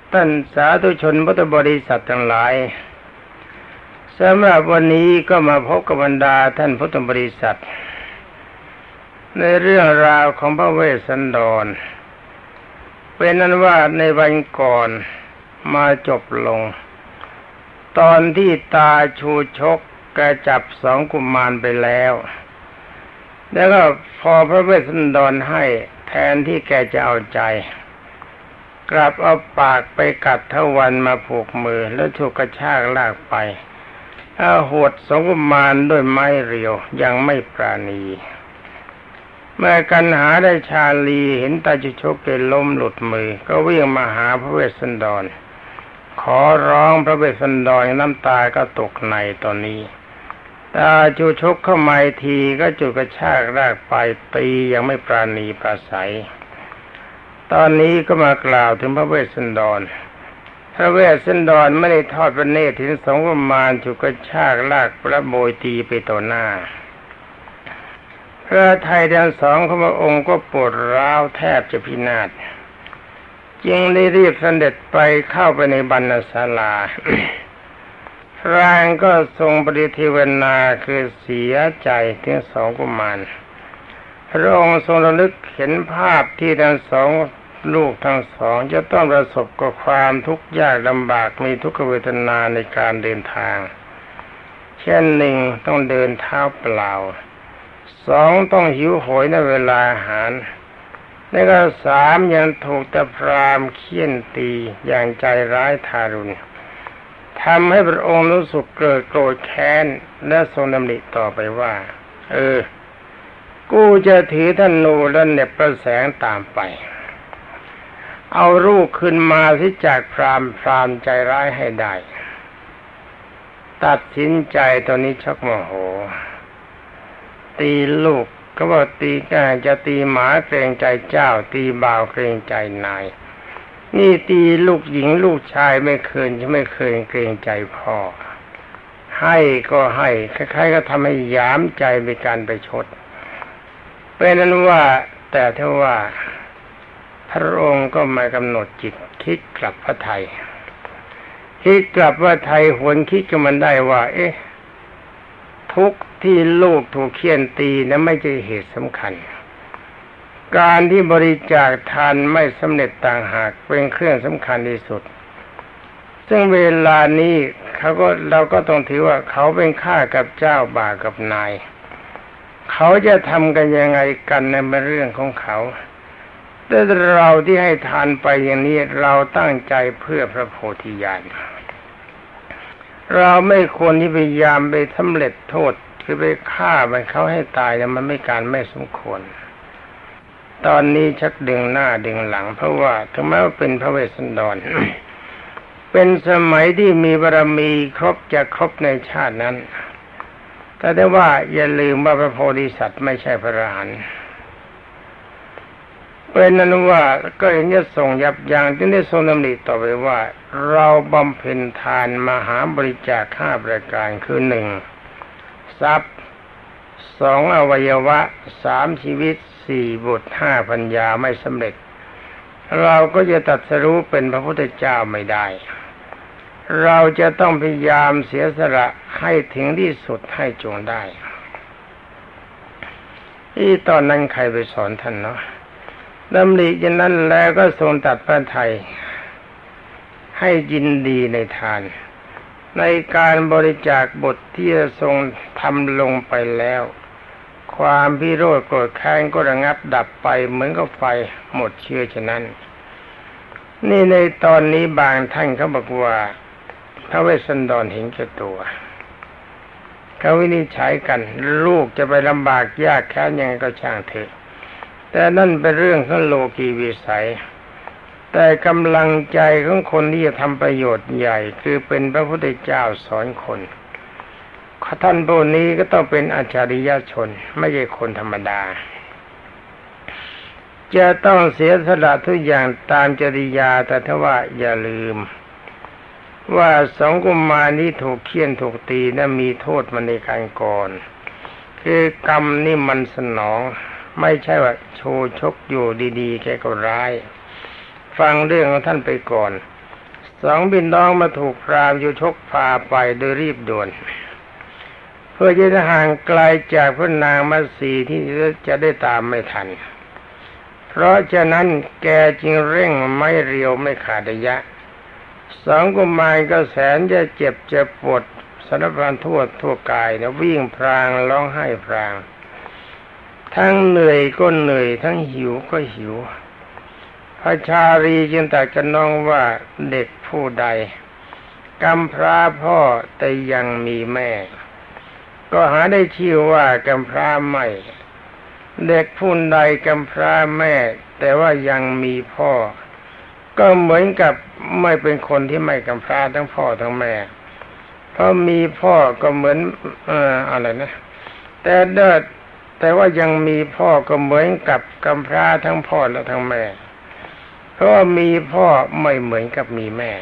ท่านสาธุชนพุทธบริษัททั้งหลายสำหรับวันนี้ก็มาพบกับบรรดาท่านพุทธบริษัทในเรื่องราวของพระเวสสันดรเป็นนั้นว่าในวันก่อนมาจบลงตอนที่ตาชูชกแกจับสองกุมารไปแล้วก็พอพระเวสสันดรให้แทนที่แกจะเอาใจกลับเอาปากไปกัดทวันมาผูกมือแล้วถูกกระชากลากไปหวดสองกุมารด้วยไม้เรียวยังไม่ปราณีเมื่อกันหาได้ชาลีเห็นตาชูชกเกล้มหลุดมือก็วิ่งมาหาพระเวสสันดรขอร้องพระเวสสันดรน้ำตาก็ตกในตอนนี้ตาชูชกเข้ามาทีก็จุดกระชากลากไปตียังไม่ปราณีปราศัยตอนนี้ก็มากล่าวถึงพระเวสสันดรพระเวสสันดรไม่ได้ทอดพระเนตรถึงสองกุมารจุดกระชากลากประโบยตีไปต่อหน้าพระทัยทั้งสองของพระองค์ก็ปวดร้าวแทบจะพินาศจึงได้รีบเสด็จไปเข้าไปในบรรณศาลา ร่างก็ทรงปริเทวนาคือเสียใจถึงสองกุมารพระองค์ทรงระลึกเห็นภาพที่ทั้งสองลูกทั้งสองจะต้องประสบกับความทุกข์ยากลำบากมีทุกขเวทนาในการเดินทางเช่นหนึ่งต้องเดินเท้าเปล่าสองต้องหิวโหยในเวลาอาหารและก็สามยังถูกตะพรามเฆี่ยนตีอย่างใจร้ายทารุณทำให้พระองค์รู้สึกเกิดโกรธแค้นและทรงดำริต่อไปว่ากูจะถือธนูและเหน็บประแสงตามไปเอาลูกขึ้นมาที่จากพรามใจร้ายให้ได้ตัดสินใจตอนนี้ชักโมโหตีลูกก็ว่าตีจะตีหมาเกรงใจเจ้าตีบ่าวเกรงใจนายนี่ตีลูกหญิงลูกชายไม่เคยเกรงใจพ่อให้ก็ให้คล้ายๆก็ทำให้หยามใจเป็นการไปชดเป็นนั้นว่าแต่ถ้าว่าพระองค์ก็มากำหนดจิตคิดกลับพระทัยคิดกลับว่าไทยหวนคิดกับมันได้ว่าทุกที่ลูกถูกเฆี่ยนตีนั้นไม่ใช่เหตุสำคัญการที่บริจาคทานไม่สำเร็จต่างหากเป็นเครื่องสำคัญที่สุดซึ่งเวลานี้เราก็ต้องถือว่าเขาเป็นข้ากับเจ้าบ่าวกับนายเขาจะทำกันยังไงกันในเรื่องของเขาแต่เราที่ให้ทานไปอย่างนี้เราตั้งใจเพื่อพระโพธิญาณเราไม่ควรที่พยายามไปสำเร็จโทษคือไปฆ่ามันเขาให้ตายเนี่ยมันไม่สมควรตอนนี้ชักดึงหน้าดึงหลังเพราะว่าถึงแม้ว่าเป็นพระเวสสันดร เป็นสมัยที่มีบารมีครบจะครบในชาตินั้นแต่ได้ว่าอย่าลืมว่าพระโพธิสัตว์ไม่ใช่พระอรหันต์เป็นนั้นว่าก็ยังจะส่งยับยั้งจึงได้ทรงดำริต่อไปว่าเราบำเพ็ญทานมหาบริจาค5ประการคือ1ทรัพย์2อวัยวะ3ชีวิต4บุตร5ปัญญาไม่สำเร็จเราก็จะตรัสรู้เป็นพระพุทธเจ้าไม่ได้เราจะต้องพยายามเสียสละให้ถึงที่สุดให้จงได้ที่ตอนนั้นใครไปสอนท่านเนาะดำริอย่างนั้นแล้วก็ทรงตัดพระทัยให้ยินดีในทานในการบริจาคบทที่จะทรงทำลงไปแล้วความพิโรธโกรธแค้นก็ระงับดับไปเหมือนกับไฟหมดเชื้อฉะนั้นนี่ในตอนนี้บางท่านเขาบอกว่าพระเวสสันดรเห็นแก่ตัวเขาวินิจฉัยกันลูกจะไปลำบากยากแค้นยังไงก็ช่างเถอะแต่นั่นเป็นเรื่องของโลกีวิสัยแต่กำลังใจของคนที่จะทำประโยชน์ใหญ่คือเป็นพระพุทธเจ้าสอนคนท่านพวกนี้ก็ต้องเป็นอัจฉริยชนไม่ใช่คนธรรมดาจะต้องเสียสละทุกอย่างตามจริยาแต่ถ้าว่าอย่าลืมว่าสองกุมารนี้ถูกเฆี่ยนถูกตีนั้นมีโทษมาในการก่อนคือกรรมนี่มันสนองไม่ใช่ว่าโชว์ชกอยู่ดีๆแกก็ร้ายฟังเรื่องของท่านไปก่อนสองพี่น้องมาถูกพราหมณ์อยู่ชกพาไปโดยรีบด่วนเพื่อจะห่างไกลจากพระนางมัตสีที่จะได้ตามไม่ทันเพราะฉะนั้นแกจึงเร่งไม่เรียวไม่ขาดระยะสองกุมารก็แสนจะเจ็บจะปวดสารพัดทั่วกายนะวิ่งพรางร้องไห้พรางทั้งเหนื่อยก็เหนื่อยทั้งหิวก็หิวพระชาลีจึงตรัสกับน้องว่าเด็กผู้ใดกำพร้าพ่อแต่ยังมีแม่ก็หาได้ชื่อว่ากำพร้าไม่เด็กผู้ใดกำพร้าแม่แต่ว่ายังมีพ่อก็เหมือนกับไม่เป็นคนที่ไม่กำพร้าทั้งพ่อทั้งแม่เพราะมีพ่อก็เหมือนอะไรนะแต่ว่ายังมีพ่อก็เหมือนกับกำพร้าทั้งพ่อและทั้งแม่เพราะว่ามีพ่อไม่เหมือนกับมีแม่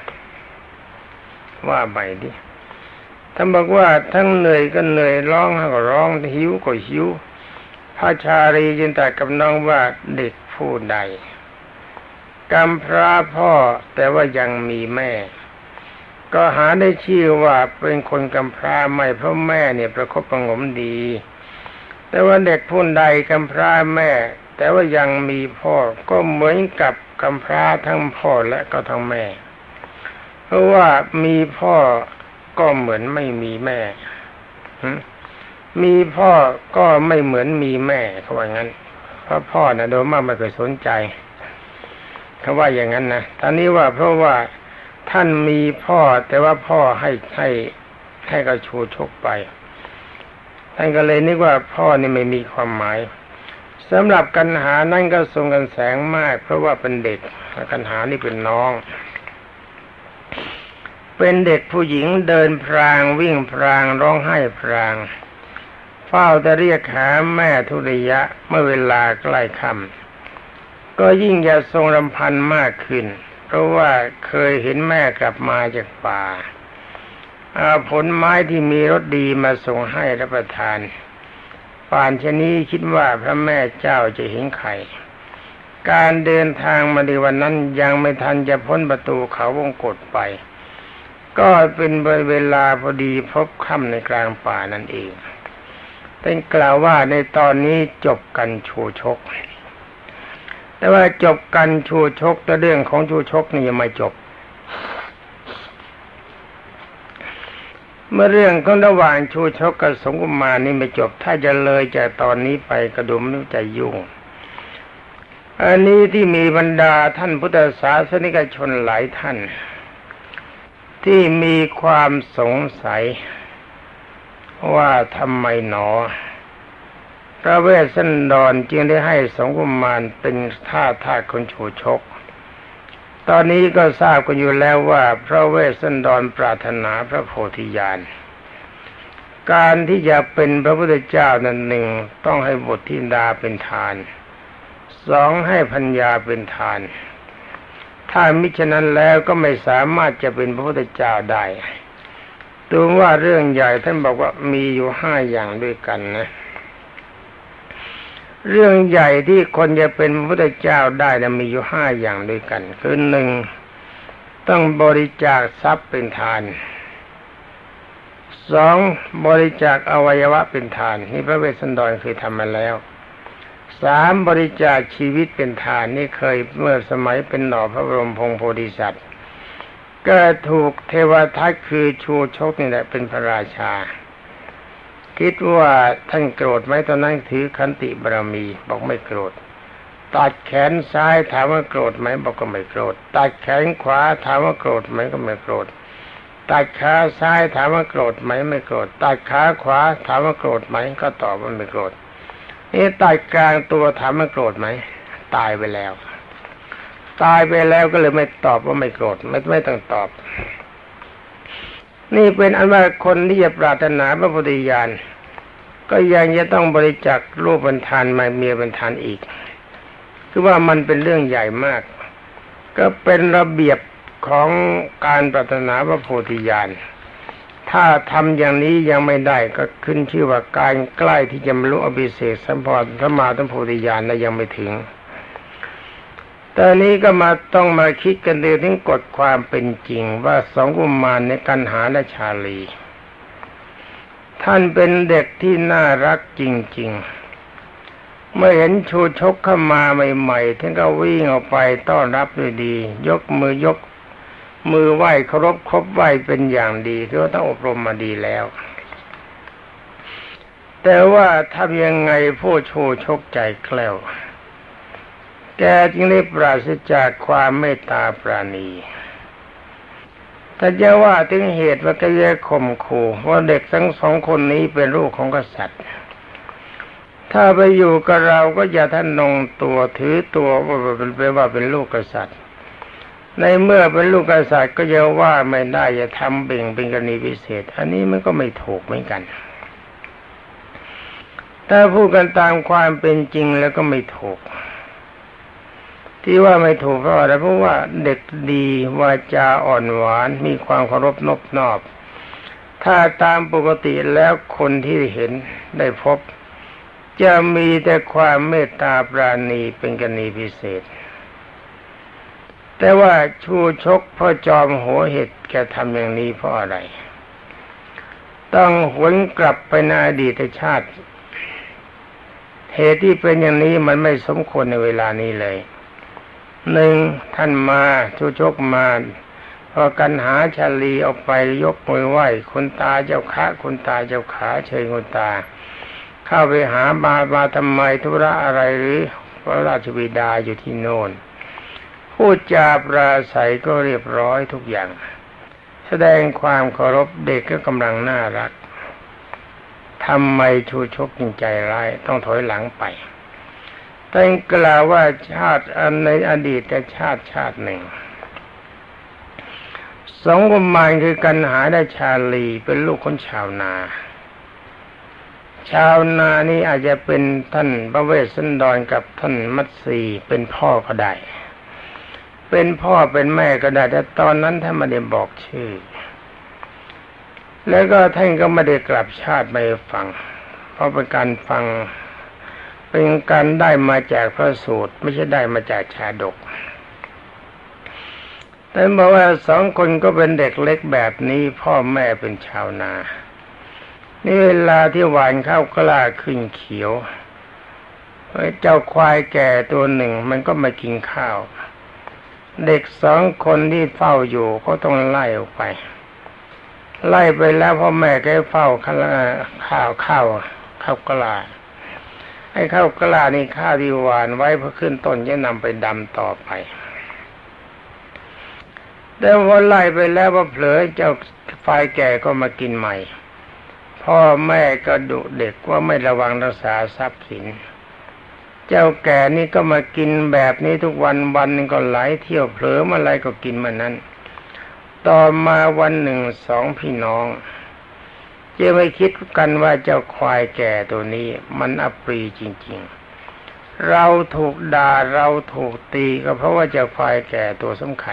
ว่าไปดิท่านบอกว่าทั้งเหนื่อยก็เหนื่อยร้องก็ร้องหิวก็หิวพระชาลีจึงตรัสกับน้องว่าเด็กผู้ใดกำพร้าพ่อแต่ว่ายังมีแม่ก็หาได้ชื่อว่าเป็นคนกำพร้าไม่เพราะแม่เนี่ยประคบประหงมดีแต่ว่าเด็กผู้ใดกำพร้าแม่แต่ว่ายังมีพ่อก็เหมือนกับกำพร้าทั้งพ่อและก็ทั้งแม่เพราะว่ามีพ่อก็เหมือนไม่มีแม่มีพ่อก็ไม่เหมือนมีแม่เขาว่างั้นเพราะพ่อนะโดยมากไม่เคยสนใจเขาว่าอย่างนั้นนะตอนนี้ว่าเพราะว่าท่านมีพ่อแต่ว่าพ่อให้กระชูชกไปท่านก็เลยนึกว่าพ่อนี่ไม่มีความหมายสำหรับกันหานั่นก็ทรงกันแสงมากเพราะว่าเป็นเด็กกันหานี่เป็นน้องเป็นเด็กผู้หญิงเดินพรางวิ่งพรางร้องไห้พรางเฝ้าแต่เรียกหาแม่ทุระยะเมื่อเวลาใกล้ค่ำก็ยิ่งจะทรงรำพันมากขึ้นเพราะว่าเคยเห็นแม่กลับมาจากป่าเอาผลไม้ที่มีรสดีมาส่งให้รับประทานป่านชะนี้คิดว่าพระแม่เจ้าจะเห็นไข่การเดินทางมาในวันนั้นยังไม่ทันจะพ้นประตูเขาวงกฏไปก็เป็นเวลาพอดีพบค่ำในกลางป่านั่นเองท่านกล่าวว่าในตอนนี้จบกันชูชกแต่ว่าจบกันชูชกแต่เรื่องของชูชกนี่ยังไม่จบเมื่อเรื่องของระหว่างชูชกกับสงกุมารนี่ไม่จบถ้าจะเลยจากตอนนี้ไปกระดุมนิ้วจะยุ่งอันนี้ที่มีบรรดาท่านพุทธศาสนิกชนหลายท่านที่มีความสงสัยว่าทำไมหนอพระเวสสันดรจึงได้ให้สงกุมารเป็นทาสคนชูชกตอนนี้ก็ทราบกันอยู่แล้วว่าพระเวสสันดรปรารถนาพระโพธิญาณการที่จะเป็นพระพุทธเจ้านั้นหนึ่งต้องให้บุตรธิดาเป็นทานสองให้ภรรยาเป็นทานถ้ามิฉะนั้นแล้วก็ไม่สามารถจะเป็นพระพุทธเจ้าได้ดูว่าเรื่องใหญ่ท่านบอกว่ามีอยู่5 อย่างด้วยกันนะเรื่องใหญ่ที่คนจะเป็นพระพุทธเจ้าได้นะมีอยู่5 อย่างด้วยกันคือ1ต้องบริจาคทรัพย์เป็นทาน2บริจาคอวัยวะเป็นทานนี่พระเวสสันดรเคยทำมาแล้ว3บริจาคชีวิตเป็นทานนี่เคยเมื่อสมัยเป็นหน่อพระบรมพงศ์โพธิสัตว์ก็ถูกเทวทัตคือชูชกนี่แหละเป็นพระราชาคิดว่าท่านโกรธไหมตอนนั้นถือขันติบารมีบอกไม่โกรธตัดแขนซ้ายถามว่าโกรธไหมบอกก็ไม่โกรธตัดแขนขวาถามว่าโกรธไหมก็ไม่โกรธตัดขาซ้ายถามว่าโกรธไหมไม่โกรธตัดขาขวาถามว่าโกรธไหมก็ตอบว่าไม่โกรธนี่ตัดกลางตัวถามว่าโกรธไหมตายไปแล้วก็เลยไม่ตอบว่าไม่โกรธไม่ต้องตอบนี่เป็นอันว่าคนที่จะปรารถนาพระโพธิญาณก็ยังจะต้องบริจาครูปเป็นทานมาเมียเป็นทานอีกคือว่ามันเป็นเรื่องใหญ่มากก็เป็นระเบียบของการปรารถนาพระโพธิญาณถ้าทำอย่างนี้ยังไม่ได้ก็ขึ้นชื่อว่าการใกล้ที่จะบรรลุอภิเษกสัมมาสัมโพธิญาณและยังไม่ถึงตอนนี้ก็ต้องมาคิดกันดูถึงกฎความเป็นจริงว่าสองกุมารในกันหาและชาลีท่านเป็นเด็กที่น่ารักจริงๆเมื่อเห็นชูชกเข้ามาใหม่ๆท่านก็วิ่งออกไปต้อนรับด้วยดียกมือไหว้เคารพคบไหว้เป็นอย่างดีเพราะต้องอบรมมาดีแล้วแต่ว่าทำยังไงผู้ชูชกใจแกล้วแกจึงได้ปราศจากความเมตตาปราณีถ้าจะว่าถึงเหตุว่าแกแย่ข่มขู่ว่าเด็กทั้งสองคนนี้เป็นลูกของกษัตริย์ถ้าไปอยู่กับเราก็อย่าท่านนงตัวถือตัวว่าเป็นลูกกษัตริย์ในเมื่อเป็นลูกกษัตริย์ก็จะว่าไม่ได้อย่าทำเบ่งเป็นกรณีพิเศษอันนี้มันก็ไม่ถูกเหมือนกันถ้าพูดกันตามความเป็นจริงแล้วก็ไม่ถูกที่ว่าไม่ถูกเพราะอะไรเพราะว่าเด็กดีวาจาอ่อนหวานมีความเคารพนอบน้อมถ้าตามปกติแล้วคนที่เห็นได้พบจะมีแต่ความเมตตาปราณีเป็นกรณีพิเศษแต่ว่าชูชกพ่อจอมโหเหตุแกทำอย่างนี้เพราะอะไรต้องหวนกลับไปในอดีตชาติเหตุที่เป็นอย่างนี้มันไม่สมควรในเวลานี้เลยหนึ่งท่านมาชูชกมาพอกันหาชาลีออกไปยกมือไหว้คุณตาเจ้าขาคุณตาเจ้าขาเชิญคุณตาเข้าไปหามาทำไมธุระอะไรหรือพระราชบิดาอยู่ที่โน่นพูดจาปราศัยก็เรียบร้อยทุกอย่างแสดงความเคารพเด็กก็กำลังน่ารักทำไมชูชกจึงใจร้ายต้องถอยหลังไปแต่กล่าวว่าชาติในอดีตชาติหนึ่งสองกุมารคือกันหาและชาลีเป็นลูกคนชาวนานี่อาจจะเป็นท่านพระเวสสันดรกับท่านมัตสีเป็นพ่อก็ได้เป็นพ่อเป็นแม่ก็ได้แต่ตอนนั้นท่านไม่ได้บอกชื่อแล้วก็ท่านก็ไม่ได้กลับชาติไปฟังเพราะเป็นการฟังเป็นการได้มาจากพระสูตรไม่ใช่ได้มาจากชาดกแต่บอกว่าสองคนก็เป็นเด็กเล็กแบบนี้พ่อแม่เป็นชาวนานี่เวลาที่หวานข้าวกล้าขึ้นเขียวเจ้าควายแก่ตัวหนึ่งมันก็มากินข้าวเด็กสองคนที่เฝ้าอยู่ก็ต้องไล่ออกไปแล้วพ่อแม่ก็เฝ้าข้าวกล้าให้ข้าวกล้านี่ข้าวที่หวานไว้เพื่อขึ้นต้นจะนำไปดำต่อไปแต่พอไล่ไปแล้วพอเผลอเจ้าฝ่ายแก่ก็มากินใหม่พ่อแม่ก็ดุเด็กว่าไม่ระวังรักษาทรัพย์สินเจ้าแก่นี่ก็มากินแบบนี้ทุกวันนึงก็ไหลเที่ยวเผลอเมื่อไรก็กินมานั้นต่อมาวันหนึ่งสองพี่น้องจะไม่คิดกันว่าเจ้าควายแก่ตัวนี้มันอัปรีจริงๆเราถูกด่าเราถูกตีก็เพราะว่าเจ้าควายแก่ตัวสำคัญ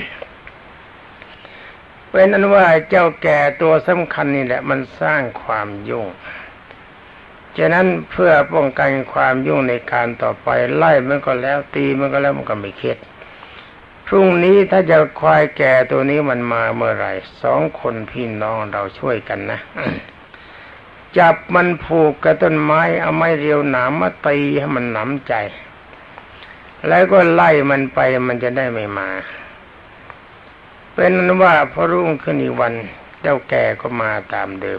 เป็นนั้นว่าเจ้าแก่ตัวสำคัญนี่แหละมันสร้างความยุ่งฉะนั้นเพื่อป้องกันความยุ่งในการต่อไปไล่มันก็แล้วตีมันก็แล้วมันก็ไม่เข็ดพรุ่งนี้ถ้าจะควายแก่ตัวนี้มันมาเมื่อไหร่สองคนพี่น้องเราช่วยกันนะ จับมันผูกกับต้นไม้เอาไม้เรียวหนามมาตีให้มันหนำใจแล้วก็ไล่มันไปมันจะได้ไม่มาเป็นนั้นว่าพอรุ่งขึ้นอีกวันเจ้าแก่ก็มาตามเดิม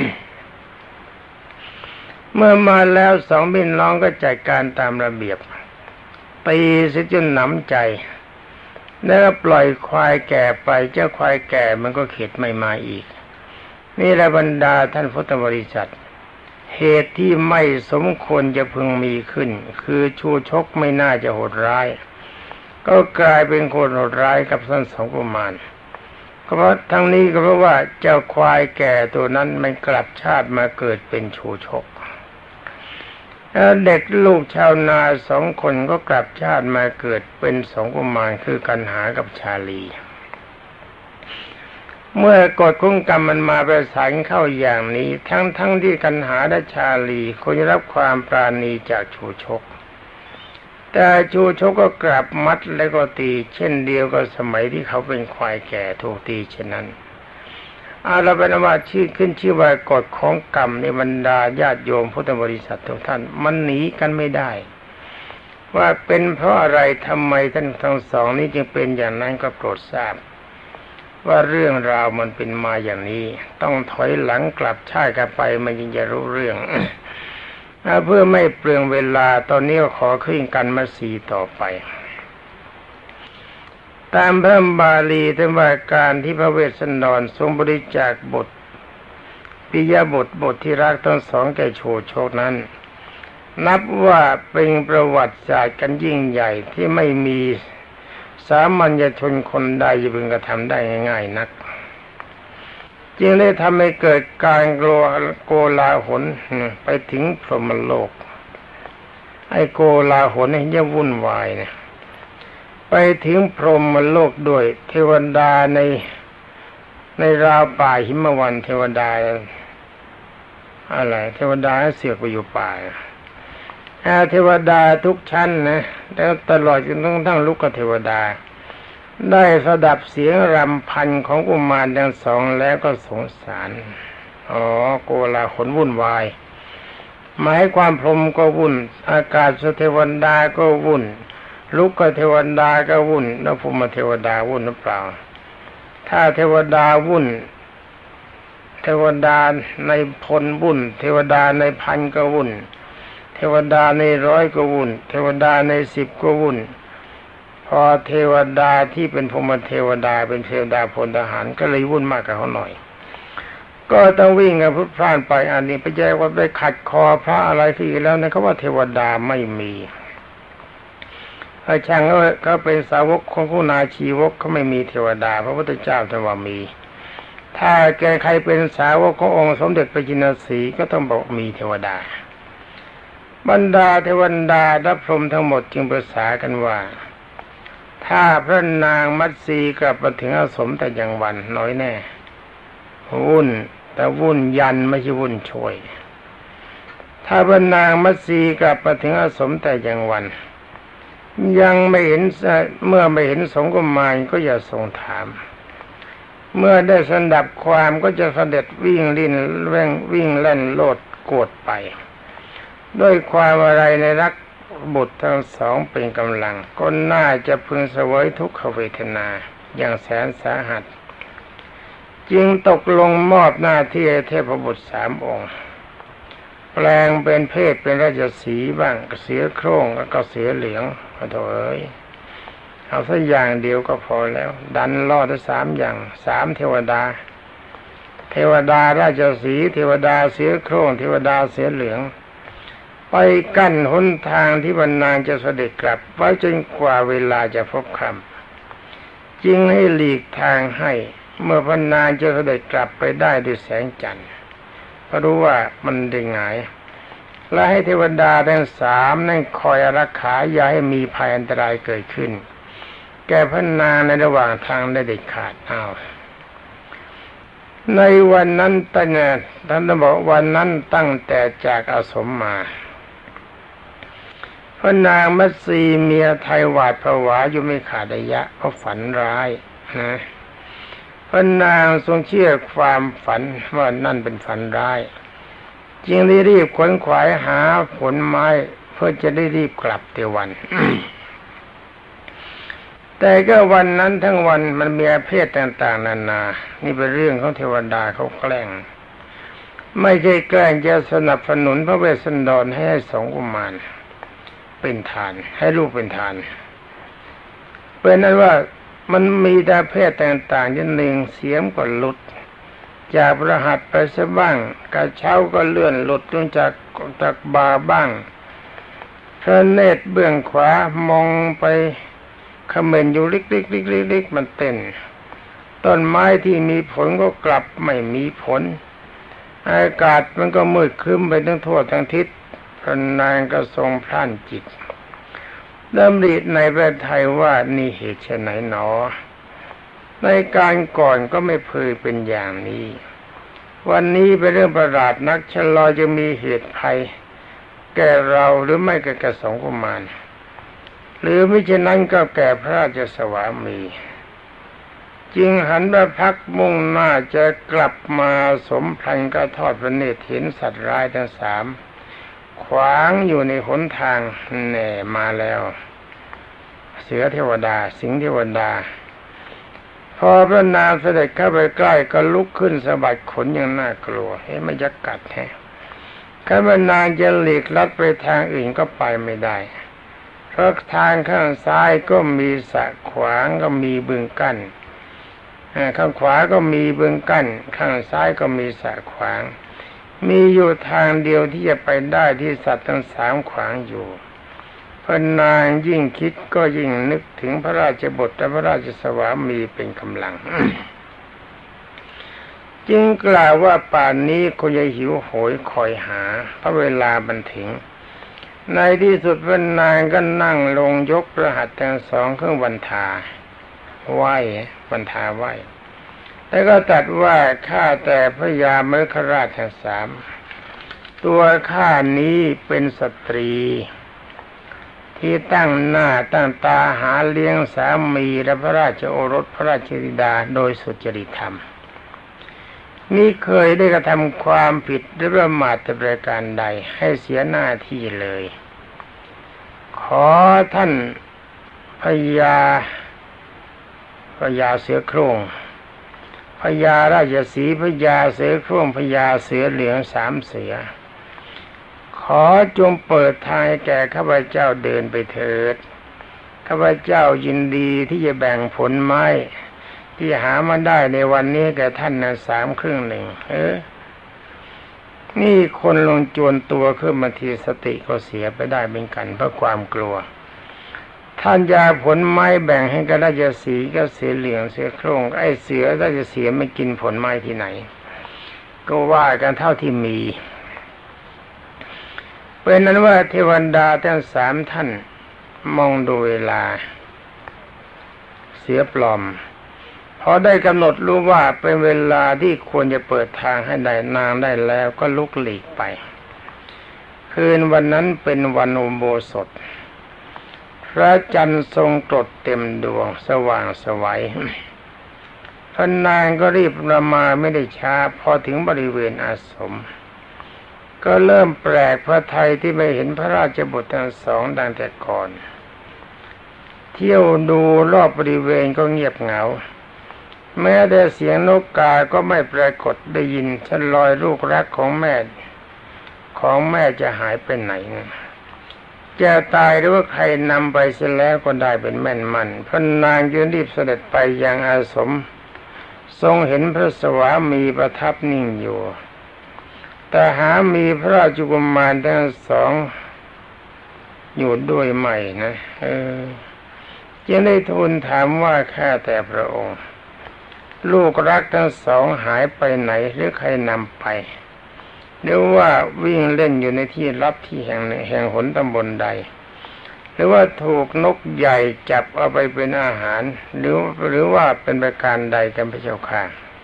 เมื่อมาแล้วสองพี่น้องก็จัดการตามระเบียบตีเสียจนหนำใจแล้วก็ปล่อยควายแก่ไปเจ้าควายแก่มันก็เข็ดไม่มาอีกนี่แหละบรรดาท่านพุทธบริษัทเหตุที่ไม่สมควรจะพึงมีขึ้นคือชูชกไม่น่าจะโหดร้ายก็กลายเป็นคนโหดร้ายกับท่านสองกุมารก็เพราะทั้งนี้ก็เพราะว่าเจ้าควายแก่ตัวนั้นมันกลับชาติมาเกิดเป็นชูชกแล้วเด็กลูกชาวนาสองคนก็กลับชาติมาเกิดเป็นสองกุมารคือกันหากับชาลีเมื่อกฎของกรรมมันมาประสานเข้าอย่างนี้ทั้งที่กันหาและชาลีควรรับความปราณีจากชูชกแต่ชูชกก็กลับมัดแล้วก็ตีเช่นเดียวกับสมัยที่เขาเป็นควายแก่ถูกตีเช่นนั้นเราเป็นว่าชื่อขึ้นชื่อว่ากฎของกรรมในบรรดาญาติโยมพุทธบริษัททุกท่านมันหนีกันไม่ได้ว่าเป็นเพราะอะไรทำไมท่านทั้งสองนี้จึงเป็นอย่างนั้นก็โปรดทราบว่าเรื่องราวมันเป็นมาอย่างนี้ต้องถอยหลังกลับชาติกันไปมันจึงจะรู้เรื่อง เพื่อไม่เปลืองเวลาตอนนี้ก็ขอขึ้นกันมาสีต่อไปตามพระบาลีท่านว่าการที่พระเวสสันดรทรงบริจาคบทปิยบทที่รักทั้งสองแก่โชโชคนั้นนับว่าเป็นประวัติศาสตร์กันยิ่งใหญ่ที่ไม่มีสามัญชนคนใดจะพึงกระทำได้ง่ายๆนักจึงได้ทำให้เกิดการโกลาหลไปถึงพรหมโลกไอ้โกลาหลนี่จะวุ่นวายเนี่ยไปถึงพรหมโลกด้วยเทวดาในราวป่าหิมวันเทวดาอะไรเทวดาเสือกไปอยู่ป่าเทวดาทุกชั้นนะแล้วตลอดจนทั้งลูกเทวดาได้สดับเสียงรำพันของกุมารทั้งสองแล้วก็สงสารโกลาหลวุ่นวายหมายความพรหมก็วุ่นอากาศเทวดาก็วุ่นลูกเทวดาก็วุ่นแล้วพรหมเทวดาวุ่นหรือเปล่าถ้าเทวดาวุ่นเทวดาในพลวุ่นเทวดาในพันก็วุ่นเทวดาในร้อยก็วุ่นเทวดาใน10ก็วุ่นพอเทวดาที่เป็นพรหมเทวดาเป็นเทวดาพลทหารก็เลยวุ่นมากกว่าเขาหน่อยก็ต้องวิ่งกันพลุกพล่านไปอันนี้ไปแจ้งว่าไปขัดคอพระอะไรที่แล้วนะเขาว่าเทวดาไม่มีช่างเขาเป็นสาวกของผู้นาชีวกเขาไม่มีเทวดาพระพุทธเจ้าท่านว่ามีถ้าแกใครเป็นสาวกขององค์สมเด็จพระจินสีก็ต้องบอกมีเทวดาบรรดาเทวดาและพรหมทั้งหมดจึงปรึกษากันว่าถ้าพระนางมัตสีกลับมาถึงอาสมแต่ยังวันน้อยแน่วุ่นแต่วุ่นยันไม่ใช่วุ่นช่วยถ้าพระนางมัตสีกลับมาถึงอาสมแต่ยังวันยังไม่เห็นเมื่อไม่เห็นสงฆ์กุมารก็อย่าทรงถามเมื่อได้สดับความก็จะเสด็จวิ่งลิ้นวิ่งเล่นโลดโกรธไปด้วยความอะไรในรักบุตรทั้งสองเป็นกำลังก็น่าจะพึงเสวยทุกขเวทนาอย่างแสนสาหัสจึงตกลงมอบหน้าที่ให้เทพบุตร3 องค์แปลงเป็นเพศเป็นราชสีห์บ้างเสือโคร่งแล้วก็เสือเหลืองขอโทษเอาสักอย่างเดียวก็พอแล้วดันล่อได้3 อย่าง3 เทวดาราชสีห์เทวดาเสือโคร่งเทวดาเสือเหลืองไปกั้นหนทางที่บรรนางจะเสด็จกลับไว้จนกว่าเวลาจะพบค่ำจึงให้หลีกทางให้เมื่อพระนางจะเสด็จกลับไปได้ด้วยแสงจันทร์เพราะรู้ว่ามันได้หงายและให้เทวดาทั้ง3นั่นคอยรักษาอย่าให้มีภัยอันตรายเกิดขึ้นแก่พระนางในระหว่างทางได้เด็ดขาดในวันนั้นท่านบอกวันนั้นตั้งแต่จากอาสมมาพระนางมัตสีเมียไทยหวาดผวาอยู่ไม่ขาดระยะเพราะฝันร้ายนะพระนางทรงเชื่อความฝันว่านั่นเป็นฝันร้ายจึงได้รีบขวนขวายหาผลไม้เพื่อจะได้รีบกลับแต่วัน แต่ก็วันนั้นทั้งวันมันมีอาเพศต่างๆนานานี่เป็นเรื่องของเทวดาเขาแกล้งไม่ใช่แกล้งจะสนับสนุนพระเวสสันดรให้สงฆ์กุมารเป็นทานให้ลูกเป็นทานเป็นนั้นว่ามันมีแต่เพศต่างๆอย่างหนึ่งเสียมก็หลุดจากพระหัตถ์ไปซะบ้างกระเช้าก็เลื่อนหลุดลงจากบ่าบ้างพระเนตรเบื้องขวามองไปเขม่นอยู่ลิกๆมันเต้นต้นไม้ที่มีผลก็กลับไม่มีผลอากาศมันก็มืดครึ้มไปทั้งทั่วทั้งทิศพระนางก็ทรงพล่านจิตดำริในพระทัยว่านี่เหตุไฉนหนอในการก่อนก็ไม่เคยเป็นอย่างนี้วันนี้เป็นเรื่องประหลาดนักชะลอจะมีเหตุภัยแก่เราหรือไม่แก่สงฆ์กุมารหรือมิฉะนั้นก็แก่พระราชสวามีจึงหันมาพักมุ่งหน้าจะกลับมาสมพลันก็ทอดพระเนตรเห็นสัตว์ร้ายทั้งสามขวางอยู่ในหนทางแน่มาแล้วเสือเทวดาสิงห์เทวดาพอพระนางเสด็จเข้าไปใกล้ก็ลุกขึ้นสะบัดขนอย่างน่ากลัวมันจะกัดแฮะข้าพนางจะหลีกลัดไปทางอื่นก็ไปไม่ได้เพราะทางข้างซ้ายก็มีสระขวางก็มีบึงกั้นข้างขวาก็มีบึงกั้นข้างซ้ายก็มีสระขวางมีอยู่ทางเดียวที่จะไปได้ที่สัตว์ทั้งสามขวางอยู่พระนางยิ่งคิดก็ยิ่งนึกถึงพระราชบุตรและพระราชสวามีเป็นกำลัง จึงกล่าวว่าป่านนี้คงจะหิวโหยคอยหาเพราะเวลามันถึงในที่สุดพระนางก็นั่งลงยกพระหัตถ์ทั้งสองขึ้นบรรทาไหว้บรรทาไหว้แล้วก็ตรัสว่าข้าแต่พระยามฤคราชทั้งสามตัวข้านี้เป็นสตรีที่ตั้งหน้าตั้งตาหาเลี้ยงสามีและพระราชโอรสพระราชธิดาโดยสุจริตธรรมนี่เคยได้กระทำความผิดหรือประมาทแต่ประการใดให้เสียหน้าที่เลยขอท่านพญาเสือโคร่งพญาราชสีห์พญาเสือโคร่งพญาเสือเหลืองสามเสือขอจงเปิดทางให้แก่ข้าพเจ้าเดินไปเถิดข้าพเจ้ายินดีที่จะแบ่งผลไม้ที่หามาได้ในวันนี้แก่ท่านนะ3/3นี่คนลงจวนตัวขึ้นมาทีสติก็เสียไปได้เป็นกันเพราะความกลัวท่านยาผลไม้แบ่งให้กับราชสีห์กับเสือเหลืองเสือโคร่งไอ้เสือราชสีห์ไม่กินผลไม้ที่ไหนก็ว่ากันเท่าที่มีเป็นนั้นว่าเทวดาทั้ง3ท่านมองดูเวลาเสือปลอมพอได้กำหนดรู้ว่าเป็นเวลาที่ควรจะเปิดทางให้ได้นางได้แล้วก็ลุกหลีกไปคืนวันนั้นเป็นวันอุโบสถพระจันทร์ทรงกรดเต็มดวงสว่างไสวพระนางก็รีบมาไม่ได้ช้าพอถึงบริเวณอาสมก็เริ่มแปลกพระทัยที่ไม่เห็นพระราชบุตรทั้งสองดังแต่ก่อนเที่ยวดูรอบบริเวณก็เงียบเหงาแม้แต่เสียงนกกาก็ไม่ปรากฏได้ยินฉันลอยลูกรักของแม่จะหายไปไหนจะตายหรือว่าใครนำไปเสียแล้วก็ได้เป็นแม่นมันพระนางจึงรีบเสด็จไปยังอาสมทรงเห็นพระสวามีประทับนิ่งอยู่แต่หามีพระราชกุมารทั้งสองอยู่ด้วยไหมนะจึงได้ทูลถามว่าข้าแต่พระองค์ลูกรักทั้งสองหายไปไหนหรือใครนำไปหรือว่าวิ่งเล่นอยู่ในที่ลับที่แห่งหนึ่งแห่งหนตำบลใดหรือว่าถูกนกใหญ่จับเอาไปเป็นอาหารหรือว่าเป็นประการใดกันพระเจ้าค่ะ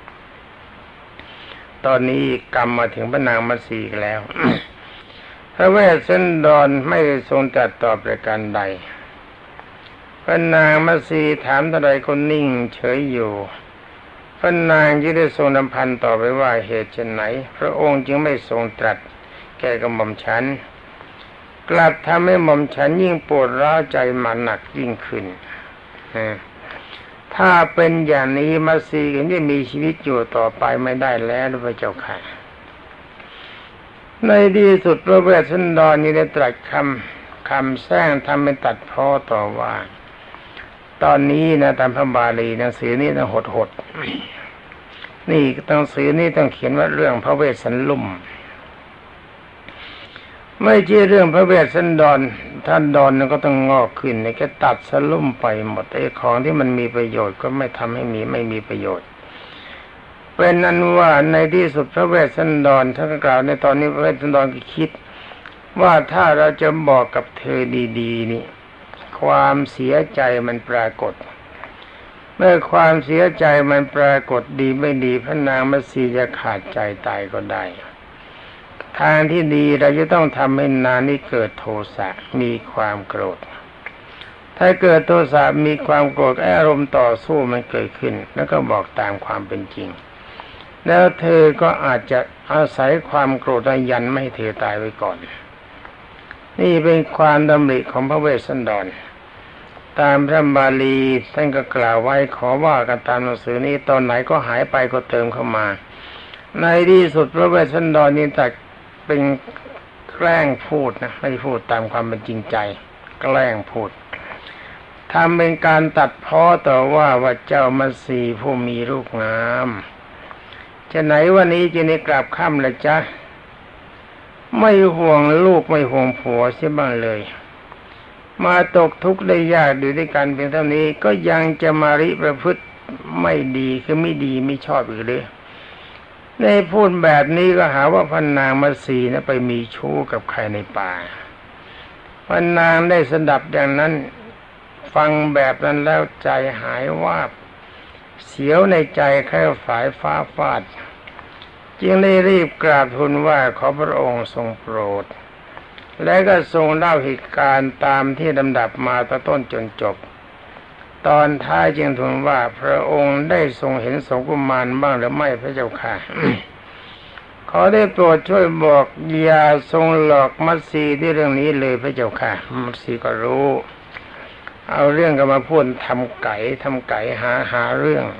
ตอนนี้กรรมมาถึงพระนางมัตสีแล้ว พระเวสสันดรไม่ทรงตรัสตอบประการใดพระนางมัตสีถามเท่าใดก็นิ่งเฉยอยู่พระนางจึงได้ทรงดำพันต่อไปว่าเหตุไฉนพระองค์จึงไม่ทรงตรัสแก่กระหม่อมฉันกลับทำให้หม่อมฉันยิ่งปวดร้าวใจมาหนักยิ่งขึ้นถ้าเป็นอย่างนี้มัตสีก็จะมีชีวิตอยู่ต่อไปไม่ได้แล้วพระเจ้าค่ะในที่สุดพระเวสสันดรนี้ได้ตรัสคำแซงทำเป็นตัดพ้อต่อว่าตอนนี้นะตามพระบาลีหนังสือนี้ต้องหดนี่หนังสือนี้ต้องเขียนว่าเรื่องพระเวสสันลุ่มไม่ใช่เรื่องพระเวสสันดรท่านดอนก็ต้องงอกขึ้นนี่แค่ตัดสลุ่มไปหมดไอ้ของที่มันมีประโยชน์ก็ไม่ทำให้ไม่มีประโยชน์เป็นนั้นว่าในที่สุดพระเวสสันดรท่านกล่าวในตอนนี้พระเวสสันดรก็คิดว่าถ้าเราจะบอกกับเธอดีๆนี่ความเสียใจมันปรากฏเมื่อความเสียใจมันปรากฏดีไม่ดีพระนางมัตสีจะขาดใจตายก็ได้ทางที่ดีเราจะต้องทำให้นางนี้เกิดโทสะมีความโกรธถ้าเกิดโทสะมีความโกรธอารมณ์ต่อสู้มันเกิดขึ้นแล้วก็บอกตามความเป็นจริงแล้วเธอก็อาจจะอาศัยความโกรธยันไม่ให้เธอตายไว้ก่อนนี่เป็นความดำริของพระเวสสันดรตามพระบาลีท่านก็กล่าวไว้ขอว่ากันตามหนังสือนี้ตอนไหนก็หายไปก็เติมเข้ามาในที่สุดพระเวสสันดรนี่แต่เป็นแกล้งพูดนะไม่พูดตามความเป็นจริงใจแกล้งพูดทำเป็นการตัดพ้อต่อว่าเจ้ามัตสีผู้มีรูปงามจะไหนวันนี้จะได้กลับค่ำละจ๊ะไม่ห่วงลูกไม่ห่วงผัวเสียบ้างเลยมาตกทุกข์ได้ยากอยู่ด้วยกันเพียงเท่านี้ก็ยังจะมาริประพฤติไม่ดีคือไม่ดีไม่ชอบอีกเลยในพูดแบบนี้ก็หาว่าพระนางมัตสีนะไปมีชู้กับใครในป่าพระนางได้สดับอย่างนั้นฟังแบบนั้นแล้วใจหายวาบเสียวในใจแค่ฝ่ายฟ้าฟาดจึงได้รีบกราบทูลว่าขอพระองค์ทรงโปรดและก็ทรงเล่าเหตุการณ์ตามที่ลำดับมาตั้งต้นจนจบตอนท้ายจึงทูลว่าพระองค์ได้ทรงเห็นสงฆ์กุมารบ้างหรือไม่พระเจ้าค่ะ ขอได้โปรดช่วยบอกอย่าทรงหลอกมัตสีที่เรื่องนี้เลยพระเจ้าค่ะมัตสีก็รู้เอาเรื่องกันมาพูดทำไก่หาเรื่อง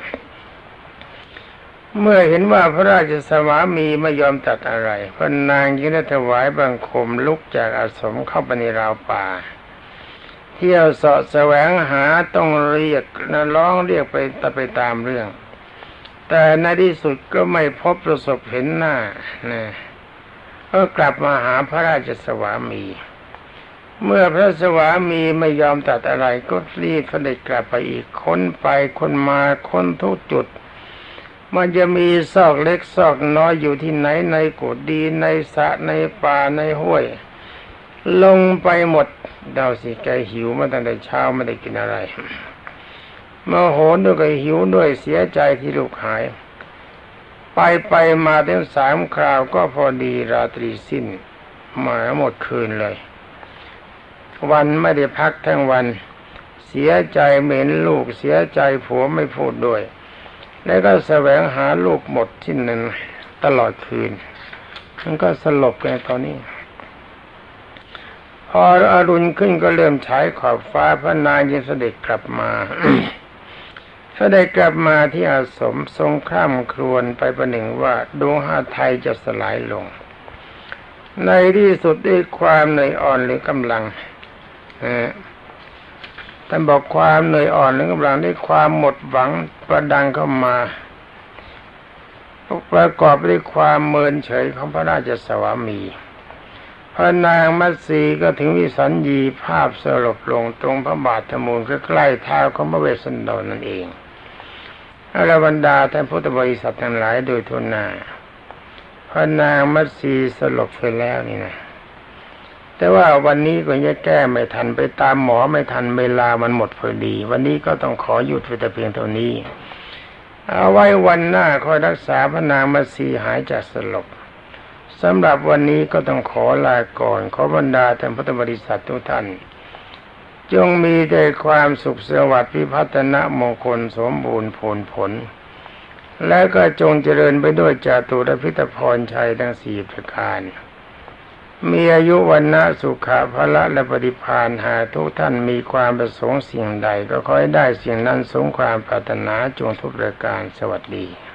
เมื่อเห็นว่าพระราชสวามีไม่ยอมตัดอะไรพระนางจึงได้ถวายบังคมลุกจากอาสมเข้าไปในราวป่าเที่ยวเสาะแสวงหาต้องเรียกร้องเรียกไปตามเรื่องแต่ในที่สุดก็ไม่พบประสบเห็นหน้าก็กลับมาหาพระราชสวามีเมื่อพระสวามีไม่ยอมตัดอะไรก็รีบเสด็จกลับไปอีกค้นไปค้นมาค้นทุกจุดมันจะมีซอกเล็กซอกน้อยอยู่ที่ไหนในกุฏิในสระในป่าในห้วยลงไปหมดเดาสิแกหิวมาตั้งแต่เช้าไม่ได้กินอะไรโมโหด้วยก็หิวด้วยเสียใจที่ลูกหายไปมาถึง3 คราวก็พอดีราตรีสิ้นมาหมดคืนเลยวันไม่ได้พักทั้งวันเสียใจเหม็นลูกเสียใจผัวไม่พูดด้วยแล้วก็แสวงหาลูกหมดที่หนึ่งตลอดคืนมันก็สลบกันตอนนี้พออรุณขึ้นก็เริ่มฉายขอบฟ้าพระนางจึงเสด็จกลับมา เสด็จกลับมาที่อาสมทรงข้ามครวญไปประหนึ่งว่าดวงหฤทัยจะสลายลงในที่สุดด้วยความเหนื่อยอ่อนหรือกำลังท่านบอกความเหนื่อยอ่อนหรือกำลังด้วยความหมดหวังประดังเข้ามาประกอบด้วยความเมินเฉยของพระราชสวามีพระนางมัตสีก็ถึงวิสัญญีภาพสลบลงตรงพระบาททมูลใกล้ๆเท้าของพระเวสสันดรนั่นเองอรบรรดาท่านพุทธบริษัททั้งหลายโดยทั่วหน้าพระนางมัตสีสลบไปแล้วนี่นะแต่ว่าวันนี้ก็ยังแก้ไม่ทันไปตามหมอไม่ทันเวลามันหมดพอดีวันนี้ก็ต้องขอหยุดไว้แต่เพียงเท่านี้เอาไว้วันหน้าคอยรักษาพระนางมัตสีหายจากสลบสำหรับวันนี้ก็ต้องขอลาก่อนขอบรรดาท่านพุทธบริษัททุกท่านจงมีแต่ความสุขสวัสดิ์พิพัฒนมงคลสมบูรณ์ผลและก็จงเจริญไปด้วยจตุรพิธพรชัยทั้ง4 ประการมีอายุวันนะสุขะพละและปฏิภาณหากทุกท่านมีความประสงค์สิ่งใดก็ขอให้ได้สิ่งนั้นสมความปรารถนาจงทุกประการสวัสดี